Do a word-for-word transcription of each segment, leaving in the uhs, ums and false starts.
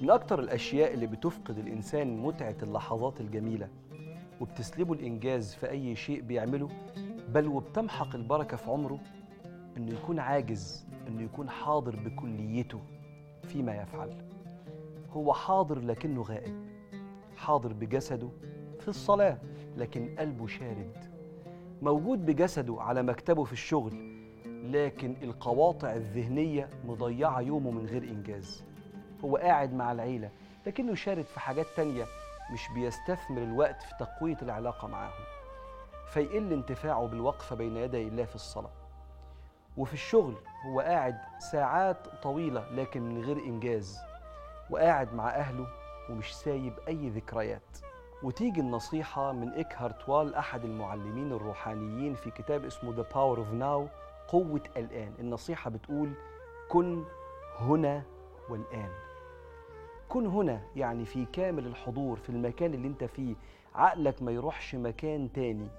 من أكتر الأشياء اللي بتفقد الإنسان متعة اللحظات الجميلة وبتسلبه الإنجاز في أي شيء بيعمله، بل وبتمحق البركة في عمره، إنه يكون عاجز، إنه يكون حاضر بكليته فيما يفعل. هو حاضر لكنه غائب، حاضر بجسده في الصلاة لكن قلبه شارد، موجود بجسده على مكتبه في الشغل لكن القواطع الذهنية مضيعة يومه من غير إنجاز. هو قاعد مع العيلة لكنه شارد في حاجات تانية، مش بيستثمر الوقت في تقوية العلاقة معاهم، فيقل انتفاعه بالوقفة بين يدي الله في الصلاة. وفي الشغل هو قاعد ساعات طويلة لكن من غير إنجاز، وقاعد مع أهله ومش سايب أي ذكريات. وتيجي النصيحة من إيكهارت توال، أحد المعلمين الروحانيين، في كتاب اسمه The Power of Now، قوة الآن. النصيحة بتقول: كن هنا والآن. كن هنا يعني في كامل الحضور في المكان اللي انت فيه، عقلك ما يروحش مكان تاني.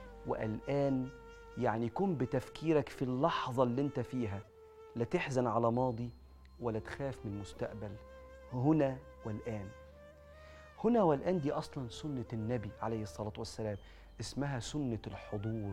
والآن يعني كن بتفكيرك في اللحظة اللي انت فيها، لا تحزن على ماضي ولا تخاف من المستقبل. هنا والآن. هنا والآن دي أصلا سنة النبي عليه الصلاة والسلام، اسمها سنة الحضور،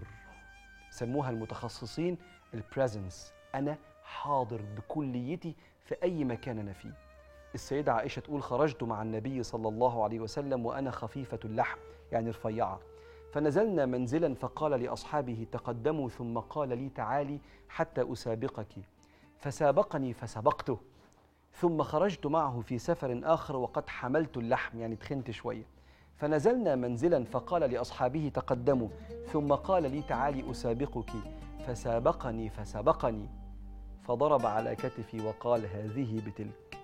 سموها المتخصصين البريزنس. أنا حاضر بكليتي في أي مكان أنا فيه. السيدة عائشة تقول: خرجت مع النبي صلى الله عليه وسلم وأنا خفيفة اللحم، يعني رفيعة، فنزلنا منزلا فقال لأصحابه: تقدموا، ثم قال لي: تعالي حتى أسابقك، فسابقني فسبقته، ثم خرجت معه في سفر آخر وقد حملت اللحم، يعني تخنت شوية، فنزلنا منزلا فقال لأصحابه: تقدموا، ثم قال لي: تعالي أسابقك، فسابقني فسبقني، فضرب على كتفي وقال: هذه بتلك.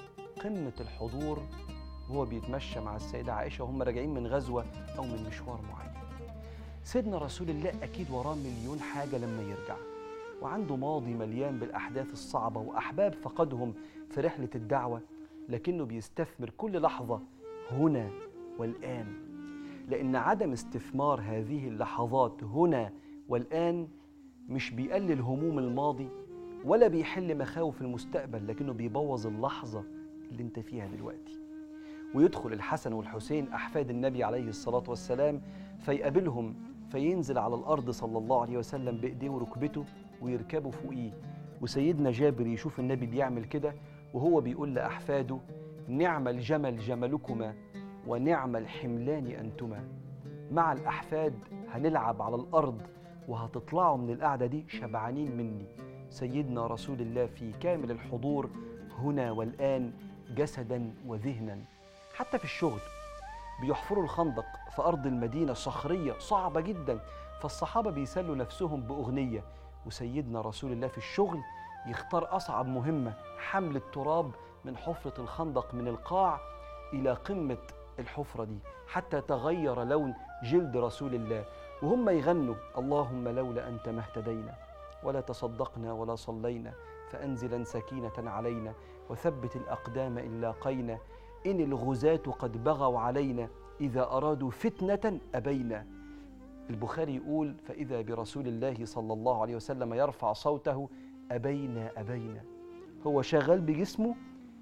قمة الحضور وهو بيتمشى مع السيدة عائشة وهم راجعين من غزوة أو من مشوار معين. سيدنا رسول الله أكيد وراه مليون حاجة لما يرجع، وعنده ماضي مليان بالأحداث الصعبة وأحباب فقدهم في رحلة الدعوة، لكنه بيستثمر كل لحظة هنا والآن، لأن عدم استثمار هذه اللحظات هنا والآن مش بيقلل هموم الماضي ولا بيحل مخاوف المستقبل، لكنه بيبوظ اللحظة اللي انت فيها دلوقتي. ويدخل الحسن والحسين أحفاد النبي عليه الصلاة والسلام فيقابلهم، فينزل على الأرض صلى الله عليه وسلم بإيديه وركبته ويركبوا فوقيه، وسيدنا جابر يشوف النبي بيعمل كده وهو بيقول لأحفاده: نعم الجمل جملكما ونعم الحملان أنتما. مع الأحفاد هنلعب على الأرض وهتطلعوا من القعدة دي شبعانين مني. سيدنا رسول الله في كامل الحضور هنا والآن، جسدا وذهنا. حتى في الشغل بيحفروا الخندق في أرض المدينة صخرية صعبة جدا، فالصحابة بيسلوا نفسهم بأغنية، وسيدنا رسول الله في الشغل يختار أصعب مهمة، حمل التراب من حفرة الخندق من القاع إلى قمة الحفرة دي حتى تغير لون جلد رسول الله، وهم يغنوا: اللهم لولا أنت ما اهتدينا ولا تصدقنا ولا صلينا، فأنزلا سكينة علينا وثبت الأقدام إن لاقينا، إن الغزاة قد بغوا علينا إذا أرادوا فتنة أبينا. البخاري يقول: فإذا برسول الله صلى الله عليه وسلم يرفع صوته: أبينا أبينا. هو شغال بجسمه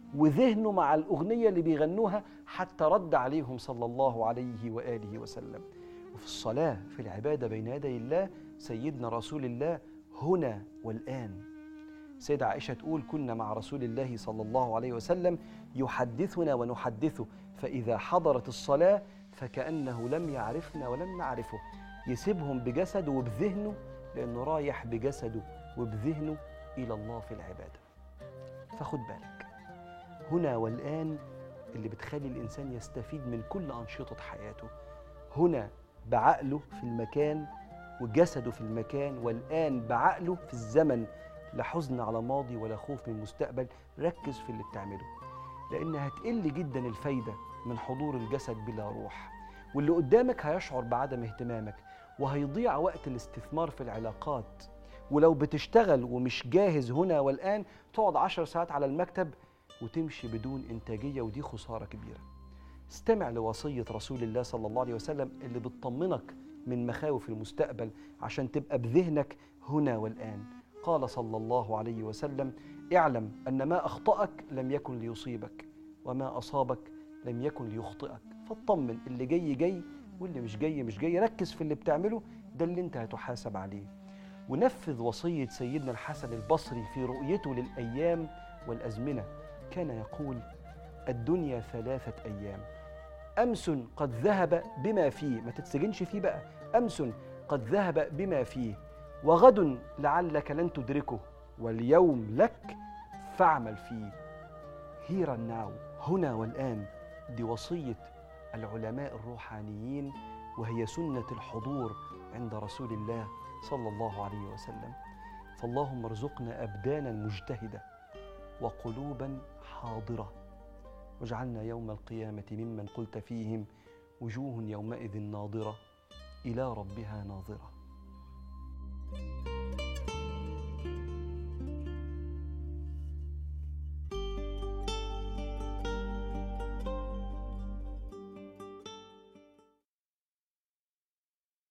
وذهنه مع الأغنية اللي بيغنوها حتى رد عليهم صلى الله عليه وآله وسلم. وفي الصلاة، في العبادة بين يدي الله، سيدنا رسول الله هنا والآن. سيدة عائشة تقول: كنا مع رسول الله صلى الله عليه وسلم يحدثنا ونحدثه، فإذا حضرت الصلاة فكأنه لم يعرفنا ولم نعرفه. يسيبهم بجسده وبذهنه لأنه رايح بجسده وبذهنه إلى الله في العبادة. فخد بالك، هنا والآن اللي بتخلي الإنسان يستفيد من كل أنشطة حياته. هنا بعقله في المكان وجسده في المكان، والآن بعقله في الزمن، لا حزن على ماضي ولا خوف من المستقبل. ركز في اللي بتعمله، لأن هتقل جدا الفايدة من حضور الجسد بلا روح، واللي قدامك هيشعر بعدم اهتمامك، وهيضيع وقت الاستثمار في العلاقات. ولو بتشتغل ومش جاهز هنا والآن، تقعد عشر ساعات على المكتب وتمشي بدون إنتاجية، ودي خسارة كبيرة. استمع لوصية رسول الله صلى الله عليه وسلم اللي بتطمنك من مخاوف المستقبل عشان تبقى بذهنك هنا والآن. قال صلى الله عليه وسلم: اعلم أن ما أخطأك لم يكن ليصيبك، وما أصابك لم يكن ليخطئك. فاطمن، اللي جاي جاي واللي مش جاي مش جاي. ركز في اللي بتعمله، ده اللي انت هتحاسب عليه. ونفذ وصية سيدنا الحسن البصري في رؤيته للأيام والأزمنة. كان يقول: الدنيا ثلاثة أيام، أمس قد ذهب بما فيه، ما تتسجنش فيه بقى، أمس قد ذهب بما فيه، وغد لعلك لن تدركه، واليوم لك فاعمل فيه. here and now، هنا والآن. دي وصية العلماء الروحانيين، وهي سنة الحضور عند رسول الله صلى الله عليه وسلم. فاللهم ارزقنا أبدانا مجتهدة وقلوبا حاضرة، واجعلنا يوم القيامة ممن قلت فيهم: وجوه يومئذ ناظرة إلى ربها ناظرة.